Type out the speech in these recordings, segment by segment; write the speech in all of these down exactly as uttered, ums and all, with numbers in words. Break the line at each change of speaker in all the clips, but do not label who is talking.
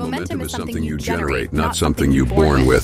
Momentum is something you generate, not something you're born with.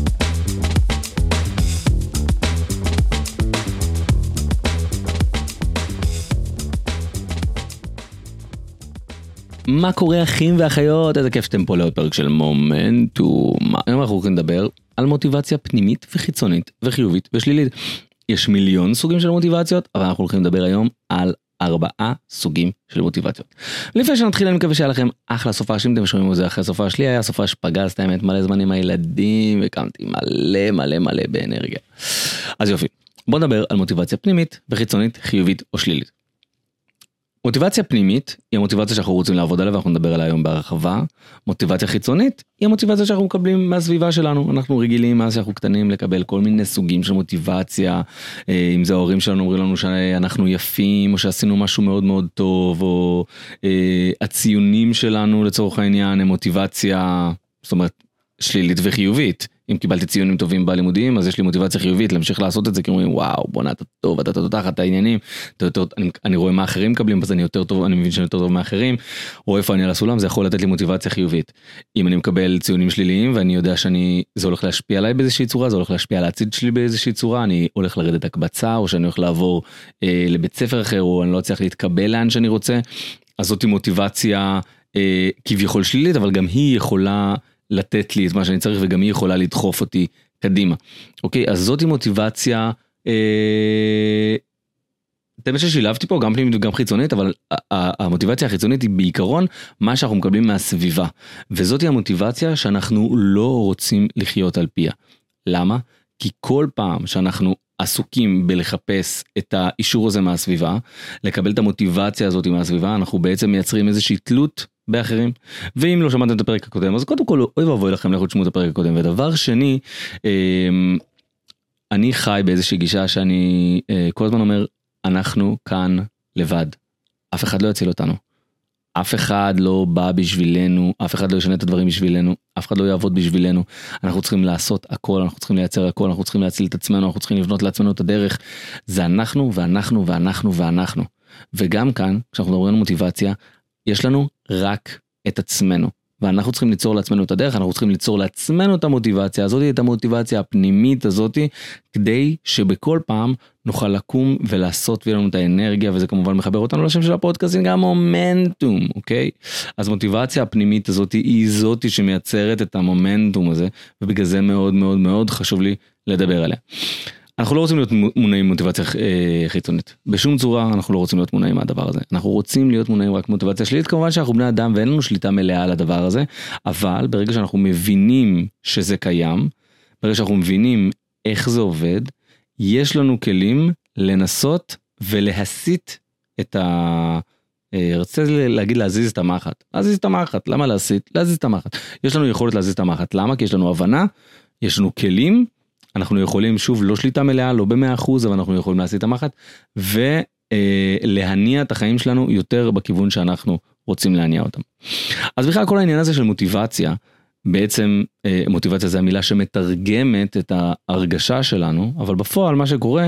מה קורה אחים ואחיות? איזה כיף שאתם פה לעוד פרק של מומנטום. היום אנחנו הולכים לדבר על מוטיבציה פנימית וחיצונית וחיובית ושלילית. יש מיליון סוגים של מוטיבציות, אבל אנחנו הולכים לדבר היום על ארבעה סוגים של מוטיבציות. לפני שנתחיל אני מקווה שהיה לכם אחלה סופה, שאם אתם שומעים את זה אחרי הסופה שלי, היה סופה שפגזת האמת מלא זמן עם הילדים, וקמתי מלא מלא מלא באנרגיה. אז יופי, בוא נדבר על מוטיבציה פנימית וחיצונית, חיובית או שלילית. מוטיבציה פנימית היא המוטיבציה שאנחנו רוצים לעבוד עליה, ואנחנו נדבר עליה היום בהרחבה. מוטיבציה חיצונית היא המוטיבציה שאנחנו מקבלים מהסביבה שלנו. אנחנו רגילים מאז שאנחנו קטנים לקבל כל מיני סוגים של מוטיבציה, אם זה ההורים שלנו אומרים לנו שאנחנו יפים, או שעשינו משהו מאוד מאוד טוב, או הציונים שלנו לצורך העניין הם מוטיבציה, זאת אומרת, שלילית וחיובית. אם קיבלתי ציונים טובים בלימודים, אז יש לי מוטיבציה חיובית להמשיך לעשות את זה, כי אומרים, וואו, בוא אתה טוב, אתה תותח, אתה העניינים, אני, אני רואה מה אחרים מקבלים, אז אני יותר טוב, אני מבין שאני יותר טוב מאחרים, או איפה אני על הסולם, זה יכול לתת לי מוטיבציה חיובית. אם אני מקבל ציונים שליליים, ואני יודע שאני, זה הולך להשפיע עליי באיזושהי צורה, זה הולך להשפיע על העתיד שלי באיזושהי צורה, אני הולך לרדת הקבצה, או שאני הולך לעבור אה, לבית ספר אחר, או אני לא צריך להתקבל לאן שאני רוצה, אז זאת היא מוטיבציה אה, כביכול שלילית, אבל גם היא יכולה לתת לי את מה שאני צריך, וגם היא יכולה לדחוף אותי קדימה. אוקיי, אז זאת היא מוטיבציה, אה, אתם ששילבתי פה, גם פנימית וגם חיצונית, אבל המוטיבציה החיצונית היא בעיקרון מה שאנחנו מקבלים מהסביבה. וזאת היא המוטיבציה שאנחנו לא רוצים לחיות על פיה. למה? כי כל פעם שאנחנו עסוקים בלחפש את האישור הזה מהסביבה, לקבל את המוטיבציה הזאת מהסביבה, אנחנו בעצם מייצרים איזושהי תלות באחרים. ואם לא שמעתם את הפרק הקודם, אז קודם כל אוי ואבוי לכם לכו תשמעו את הפרק הקודם. ודבר שני, אני חי באיזושהי גישה שאני כל הזמן אומר, אנחנו כאן לבד. אף אחד לא יציל אותנו. אף אחד לא בא בשבילנו, אף אחד לא ישנה את הדברים בשבילנו, אף אחד לא יעבוד בשבילנו. אנחנו צריכים לעשות הכל, אנחנו צריכים לייצר הכל, אנחנו צריכים להציל את עצמנו, אנחנו צריכים לבנות לעצמנו את הדרך. זה אנחנו ואנחנו ואנחנו ואנחנו. וגם כאן, כשאנחנו מדברים על מוטיבציה, יש לנו רק את עצמנו. ואנחנו צריכים ליצור לעצמנו את הדרך, אנחנו צריכים ליצור לעצמנו את המוטיבציה הזאת, את המוטיבציה הפנימית הזאת, כדי שבכל פעם נוכל לקום ולעשות ויהיה לנו את האנרגיה, וזה כמובן מחבר אותנו לשם של הפודקאסטים, גם מומנטום, אוקיי? אז מוטיבציה הפנימית הזאת היא זאת שמייצרת את המומנטום הזה, ובגלל זה מאוד מאוד מאוד חשוב לי לדבר עליה. אנחנו לא רוצים להיות מונעים מוטיבציה חיצונית. בשום צורה אנחנו לא רוצים להיות מונעים מהדבר הזה. אנחנו רוצים להיות מונעים רק מוטיבציה שלילית. כמובן שאנחנו בני אדם ואין לנו שליטה מלאה על הדבר הזה, אבל ברגע שאנחנו מבינים שזה קיים, ברגע שאנחנו מבינים איך זה עובד, יש לנו כלים לנסות ולהסיט את ה... רציתי להגיד להזיז את המחט. להזיז את המחט. למה להסיט? להזיז את המחט. יש לנו יכולת להזיז את המחט. למה? כי יש לנו הבנה, יש לנו כלים, אנחנו יכולים, שוב, לא שליטה מלאה, לא במאה אחוז, אבל אנחנו יכולים להסיט את המחט, ולהניע את החיים שלנו יותר בכיוון שאנחנו רוצים להניע אותם. אז בכלל כל העניין הזה של מוטיבציה, בעצם מוטיבציה זה המילה שמתרגמת את ההרגשה שלנו, אבל בפועל מה שקורה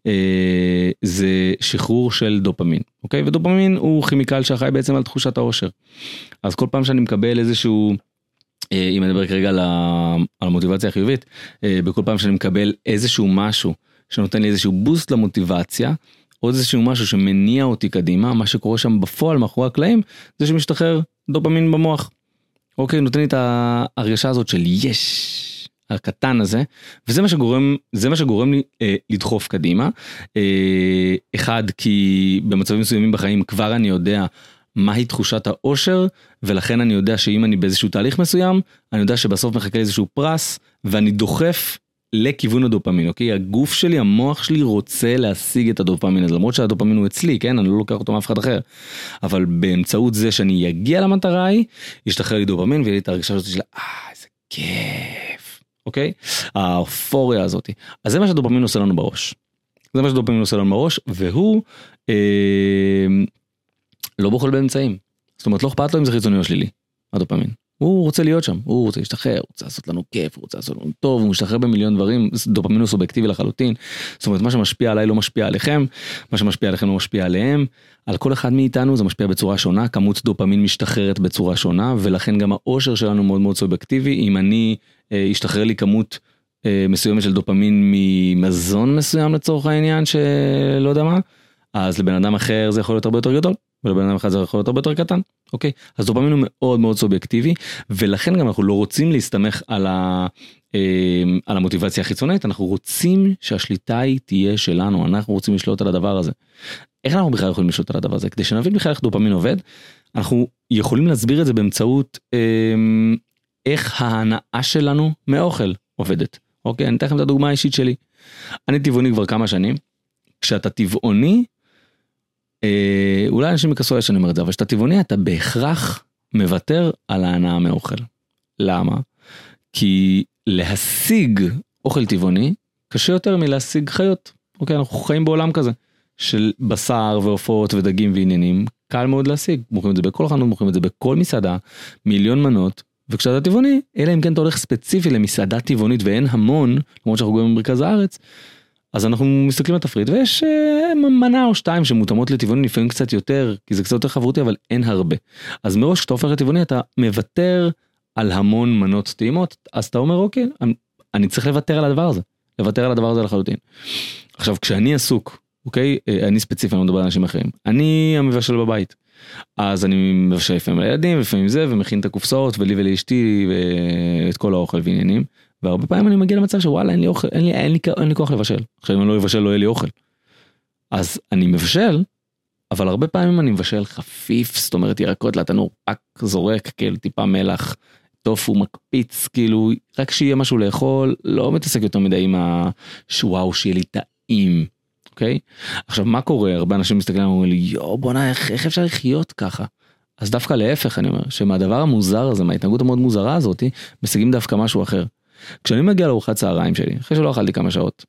זה שחרור של דופמין, אוקיי? ודופמין הוא כימיקל שאחראי בעצם על תחושת האושר. אז כל פעם שאני מקבל איזשהו, אם אני מדבר כרגע על המוטיבציה החיובית, בכל פעם שאני מקבל איזשהו משהו שנותן לי איזשהו בוסט למוטיבציה, או איזשהו משהו שמניע אותי קדימה, מה שקורה שם בפועל מאחורי הקלעים, זה שמשתחרר דופמין במוח. אוקיי, נותן לי את ההרגשה הזאת של יש, הקטן הזה, וזה מה שגורם, זה מה שגורם לי אה, לדחוף קדימה. אה, אחד, כי במצבים מסוימים בחיים כבר אני יודע מהי תחושת האושר, ולכן אני יודע שאם אני באיזשהו תהליך מסוים, אני יודע שבסוף מחכה איזשהו פרס, ואני דוחף לכיוון הדופמין, אוקיי? הגוף שלי, המוח שלי רוצה להשיג את הדופמין הזה, למרות שהדופמין הוא אצלי, כן? אני לא לוקח אותו מאף אחד אחר. אבל באמצעות זה שאני אגיע למטרה היא, ישתחרר לי דופמין, ויהיה לי את הרגשה הזאת של, אה, איזה כיף, אוקיי? האופוריה הזאת. אז זה מה שהדופמין עושה לנו בראש. זה מה שהדופמין עושה לנו בראש, והוא אה, לא בוחל באמצעים. זאת אומרת, לא אכפת לו אם זה חיצוני או שלילי, הדופמין. הוא רוצה להיות שם, הוא רוצה להשתחרר, הוא רוצה לעשות לנו כיף, הוא רוצה לעשות לנו טוב, הוא משתחרר במיליון דברים, דופמין הוא סובייקטיבי לחלוטין, זאת אומרת, מה שמשפיע עליי לא משפיע עליכם, מה שמשפיע עליכם לא משפיע עליהם, על כל אחד מאיתנו זה משפיע בצורה שונה, כמות דופמין משתחררת בצורה שונה, ולכן גם האושר שלנו מאוד מאוד סובייקטיבי, אם אני אשתחרר לי כמות מסוימת של דופמין ממזון מסוים לצורך העניין, שלא יודע מה, אז לבן אדם אחר זה יכול להיות הרבה יותר גדול, ולבן אדם אחר זה יכול להיות הרבה יותר קטן, אוקיי? אז דופמין הוא מאוד מאוד סובייקטיבי, ולכן גם אנחנו לא רוצים להסתמך על, ה, על המוטיבציה החיצונית, אנחנו רוצים שהשליטה היא תהיה שלנו, אנחנו רוצים לשלוט על הדבר הזה. איך אנחנו בכלל יכולים לשלוט על הדבר הזה? כדי שנבין בכלל איך דופמין עובד, אנחנו יכולים להסביר את זה באמצעות איך ההנאה שלנו מאוכל עובדת. אוקיי, אני אתן לכם את הדוגמה האישית שלי. אני טבעוני כבר כמה שנים, כשאתה טבעוני, אה, אולי אנשים יקסו לי שאני אומר את זה, אבל כשאתה טבעוני אתה בהכרח מוותר על ההנאה מאוכל. למה? כי להשיג אוכל טבעוני קשה יותר מלהשיג חיות. אוקיי, אנחנו חיים בעולם כזה, של בשר ועופות ודגים ועניינים, קל מאוד להשיג. מוכרים את זה בכל חנות, מוכרים את זה בכל מסעדה, מיליון מנות, וכשאתה טבעוני, אלא אם כן אתה הולך ספציפי למסעדה טבעונית ואין המון, למרות שאנחנו גורמים במרכז הארץ, אז אנחנו מסתכלים על תפריט, ויש מנה או שתיים שמותאמות לטבעוני, לפעמים קצת יותר, כי זה קצת יותר חברותי, אבל אין הרבה. אז מראש כשאתה הופך לטבעוני, אתה מוותר על המון מנות טעימות, אז אתה אומר, אוקיי, אני צריך לוותר על הדבר הזה, לוותר על הדבר הזה לחלוטין. עכשיו, כשאני עסוק, אוקיי, אני ספציפי, אני לא מדבר על אנשים אחרים, אני המבשל בבית, אז אני מבשל לפעמים לילדים, ולפעמים זה, ומכין את הקופסאות, ולי ולאשתי, ואת כל האוכל ועניינים, והרבה פעמים אני מגיע למצב שוואלה, אין לי אוכל, אין לי, אין לי, אין לי כוח לבשל. עכשיו אם אני לא אבשל, לא יהיה לי אוכל. אז אני מבשל, אבל הרבה פעמים אני מבשל חפיף, זאת אומרת ירקות לתנור, פק זורק, כאילו טיפה מלח, טופו מקפיץ, כאילו רק שיהיה משהו לאכול, לא מתעסק יותר מדי עם השוואו, שיהיה לי טעים. אוקיי? עכשיו מה קורה? הרבה אנשים מסתכלים ואומרים לי, יו בונה, איך, איך אפשר לחיות ככה? אז דווקא להפך אני אומר, שמהדבר המוזר הזה, מההתנהגות המאוד מוזרה הזאת, משיגים דווקא משהו אחר. כשאני מגיע לארוחת צהריים שלי, אחרי שלא אכלתי כמה שעות,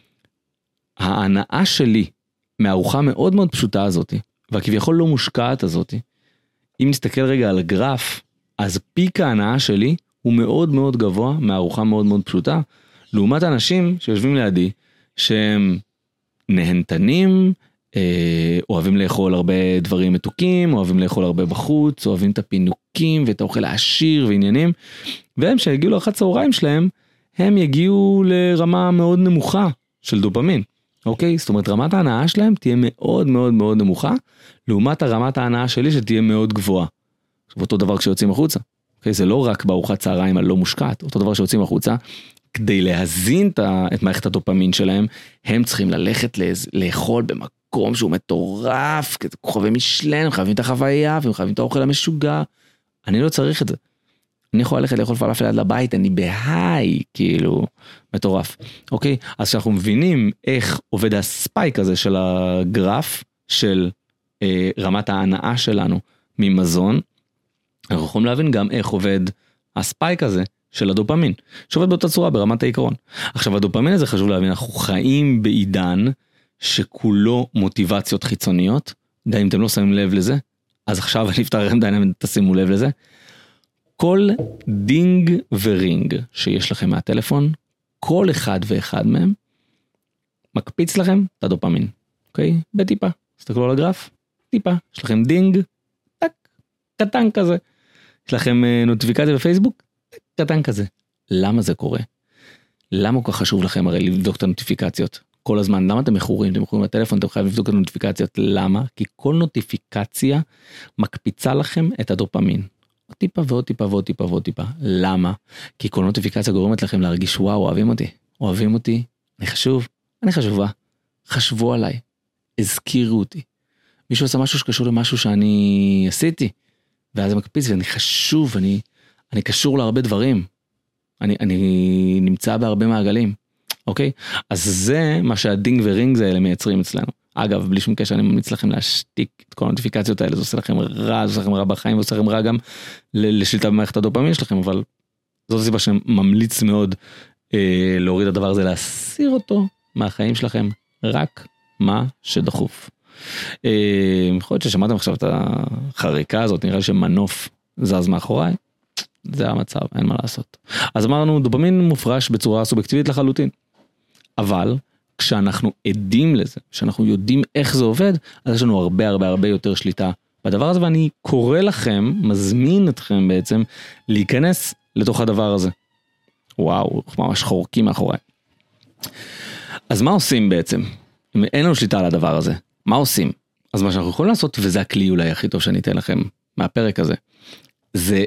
ההנאה שלי מהארוחה מאוד מאוד פשוטה הזאת, והכביכול לא מושקעת הזאת, אם נסתכל רגע על הגרף, אז פיק ההנאה שלי הוא מאוד מאוד גבוה מהארוחה מאוד מאוד פשוטה, לעומת האנשים שיושבים לידי, שהם נהנתנים, אוהבים לאכול הרבה דברים מתוקים, אוהבים לאכול הרבה בחוץ, אוהבים את הפינוקים ואת האוכל העשיר ועניינים, והם שהגיעו לארוחת צהריים שלהם, הם יגיעו לרמה מאוד נמוכה של דופמין, אוקיי? זאת אומרת, רמת ההנאה שלהם תהיה מאוד מאוד מאוד נמוכה, לעומת הרמת ההנאה שלי שתהיה מאוד גבוהה. אותו דבר כשיוצאים החוצה, אוקיי? זה לא רק בארוחת צהריים הלא מושקעת, אותו דבר כשיוצאים החוצה, כדי להזין את מערכת הדופמין שלהם, הם צריכים ללכת לאכול במקום שהוא מטורף, כוכבי משלן, הם חייבים את החוויה, והם חייבים את האוכל המשוגע. אני לא צריך את זה. אני יכול ללכת לאכול פלאפל עד לבית, אני בהיי, כאילו, מטורף. אוקיי? אז כשאנחנו מבינים איך עובד הספייק הזה של הגרף, של אה, רמת ההנאה שלנו ממזון, אנחנו יכולים להבין גם איך עובד הספייק הזה, של הדופמין, שעובד באותה צורה ברמת העיקרון. עכשיו הדופמין הזה חשוב להבין, אנחנו חיים בעידן שכולו מוטיבציות חיצוניות, די אם אתם לא שמים לב לזה, אז עכשיו אני אפתר לכם דיינם, תשימו לב לזה. כל דינג ורינג שיש לכם מהטלפון, כל אחד ואחד מהם, מקפיץ לכם את הדופמין, אוקיי? בטיפה, תסתכלו על הגרף, טיפה, יש לכם דינג, טק, קטן כזה, יש לכם נוטיפיקציה בפייסבוק, קטן כזה. למה זה קורה? למה כל כך חשוב לכם הרי לבדוק את הנוטיפיקציות? כל הזמן, למה אתם מכורים? אתם מכורים לטלפון, אתם חייבים לבדוק את הנוטיפיקציות. למה? כי כל נוטיפיקציה מקפיצה לכם את הדופמין. עוד טיפה ועוד טיפה ועוד טיפה ועוד טיפה. למה? כי כל נוטיפיקציה גורמת לכם להרגיש, וואו, אוהבים אותי. אוהבים אותי. אני חשוב. אני חשובה. חשבו עליי. הזכירו אותי. מישהו עשה משהו שקשור למשהו שאני עשיתי. ואז זה מקפיץ, ואני חשוב, אני... אני קשור להרבה דברים, אני, אני נמצא בהרבה מעגלים, אוקיי? אז זה מה שהדינג ורינג האלה מייצרים אצלנו. אגב, בלי שום קשר, אני ממליץ לכם להשתיק את כל הנוטיפיקציות האלה, זה עושה לכם רע, זה עושה לכם רע בחיים, זה עושה לכם רע גם לשליטה במערכת הדופמין שלכם, אבל זאת הסיבה שממליץ מאוד אה, להוריד את הדבר הזה, להסיר אותו מהחיים שלכם, רק מה שדחוף. אה, יכול להיות ששמעתם עכשיו את החריקה הזאת, נראה לי שמנוף זז מאחוריי, זה המצב, אין מה לעשות. אז אמרנו, דופמין מופרש בצורה סובייקטיבית לחלוטין. אבל כשאנחנו עדים לזה, כשאנחנו יודעים איך זה עובד, אז יש לנו הרבה הרבה הרבה יותר שליטה בדבר הזה, ואני קורא לכם, מזמין אתכם בעצם, להיכנס לתוך הדבר הזה. וואו, ממש חורקים מאחוריי. אז מה עושים בעצם? אם אין לנו שליטה על הדבר הזה, מה עושים? אז מה שאנחנו יכולים לעשות, וזה הכלי אולי הכי טוב שאני אתן לכם מהפרק הזה, זה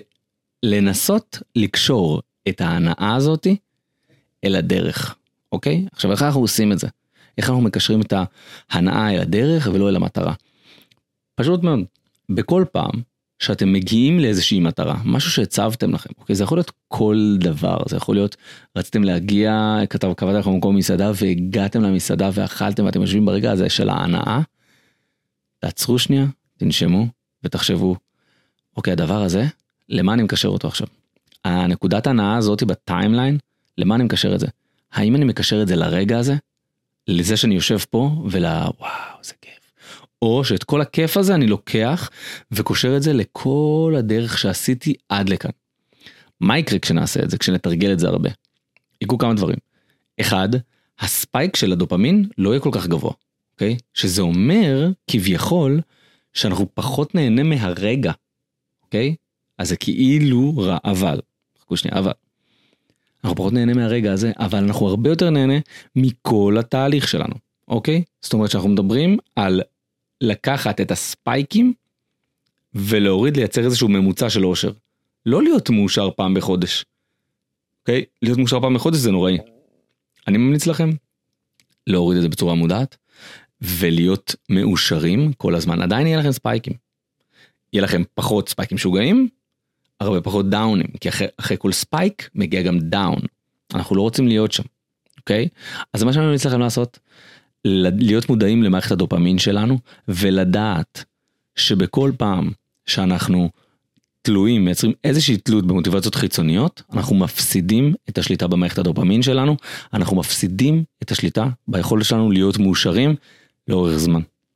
לנסות לקשור את ההנאה הזאת אל הדרך. אוקיי? עכשיו, איך אנחנו עושים את זה? איך אנחנו מקשרים את ההנאה אל הדרך ולא אל המטרה? פשוט מאוד, בכל פעם שאתם מגיעים לאיזושהי מטרה, משהו שהצבתם לכם, אוקיי? זה יכול להיות כל דבר, זה יכול להיות, רציתם להגיע, כתב, קבעתם לכם במקום מסעדה, והגעתם למסעדה ואכלתם, ואתם יושבים ברגע הזה של ההנאה, תעצרו שנייה, תנשמו, ותחשבו, אוקיי, הדבר הזה, למה אני מקשר אותו עכשיו? הנקודת ההנאה הזאת בטיימליין, למה אני מקשר את זה? האם אני מקשר את זה לרגע הזה? לזה שאני יושב פה, ולה, וואו, זה כיף. או שאת כל הכיף הזה אני לוקח, וקושר את זה לכל הדרך שעשיתי עד לכאן. מה יקרה כשנעשה את זה, כשנתרגל את זה הרבה? יקרו כמה דברים. אחד, הספייק של הדופמין לא יהיה כל כך גבוה, אוקיי? שזה אומר, כביכול, שאנחנו פחות נהנה מהרגע, אוקיי? אז זה כאילו רע, אבל, חכו שנייה, אבל. אנחנו פחות נהנה מהרגע הזה, אבל אנחנו הרבה יותר נהנה מכל התהליך שלנו, אוקיי? זאת אומרת שאנחנו מדברים על לקחת את הספייקים, ולהוריד לייצר איזשהו ממוצע של אושר. לא להיות מאושר פעם בחודש, אוקיי? להיות מאושר פעם בחודש זה נוראי. אני ממליץ לכם להוריד את זה בצורה מודעת, ולהיות מאושרים כל הזמן. עדיין יהיה לכם ספייקים. יהיה לכם פחות ספייקים שוגעים, הרבה פחות דאונים, כי אחרי, אחרי כל ספייק מגיע גם דאון. אנחנו לא רוצים להיות שם, אוקיי? אז מה שאני ממליץ לכם לעשות, להיות מודעים למערכת הדופמין שלנו, ולדעת שבכל פעם שאנחנו תלויים, מייצרים איזושהי תלות במוטיבציות חיצוניות, אנחנו מפסידים את השליטה במערכת הדופמין שלנו, אנחנו מפסידים את השליטה ביכולת שלנו להיות מאושרים לאורך זמן.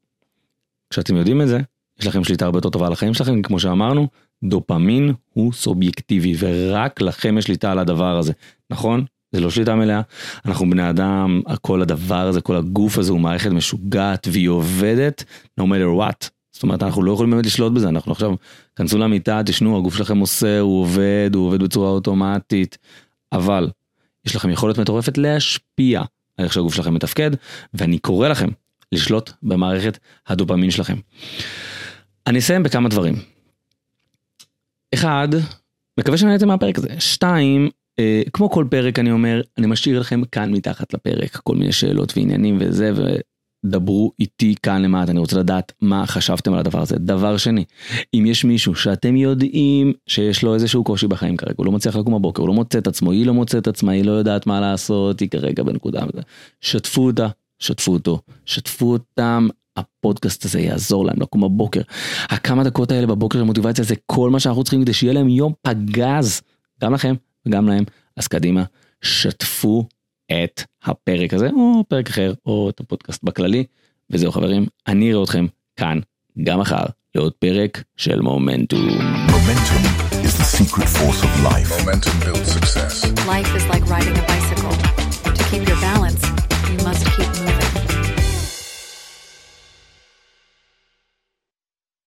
כשאתם יודעים את זה, יש לכם שליטה הרבה יותר טובה על החיים שלכם, כמו שאמרנו, דופמין הוא סובייקטיבי, ורק לכם יש שליטה על הדבר הזה, נכון? זה לא שליטה מלאה, אנחנו בני אדם, כל הדבר הזה, כל הגוף הזה הוא מערכת משוגעת, והיא עובדת, no matter what. זאת אומרת, אנחנו לא יכולים באמת לשלוט בזה, אנחנו עכשיו, כנסו למיטה, תשנו, הגוף שלכם עושה, הוא עובד, הוא עובד בצורה אוטומטית, אבל יש לכם יכולת מטורפת להשפיע על איך שהגוף שלכם מתפקד, ואני קורא לכם לשלוט במערכת הדופמין שלכם. אני אסיים בכמה דברים. אחד, מקווה שנהנתם מהפרק הזה. שתיים, אה, כמו כל פרק אני אומר, אני משאיר לכם כאן מתחת לפרק, כל מיני שאלות ועניינים וזה, ודברו איתי כאן למטה, אני רוצה לדעת מה חשבתם על הדבר הזה. דבר שני, אם יש מישהו שאתם יודעים שיש לו איזשהו קושי בחיים כרגע, הוא לא מצליח לקום בבוקר, הוא לא מוצא את עצמו, היא לא מוצא את עצמה, היא לא יודעת מה לעשות, היא כרגע בנקודה, שתפו אותה, שתפו אותו, שתפו אותם, הפודקאסט הזה יעזור להם לקום בבוקר. הכמה דקות האלה בבוקר של מוטיבציה זה כל מה שאנחנו צריכים כדי שיהיה להם יום פגז, גם לכם וגם להם. אז קדימה, שתפו את הפרק הזה, או פרק אחר, או את הפודקאסט בכללי, וזהו חברים, אני אראה אתכם כאן, גם מחר, לעוד פרק של מומנטום.
Momentum is the secret force of life. Momentum builds success.
Life is like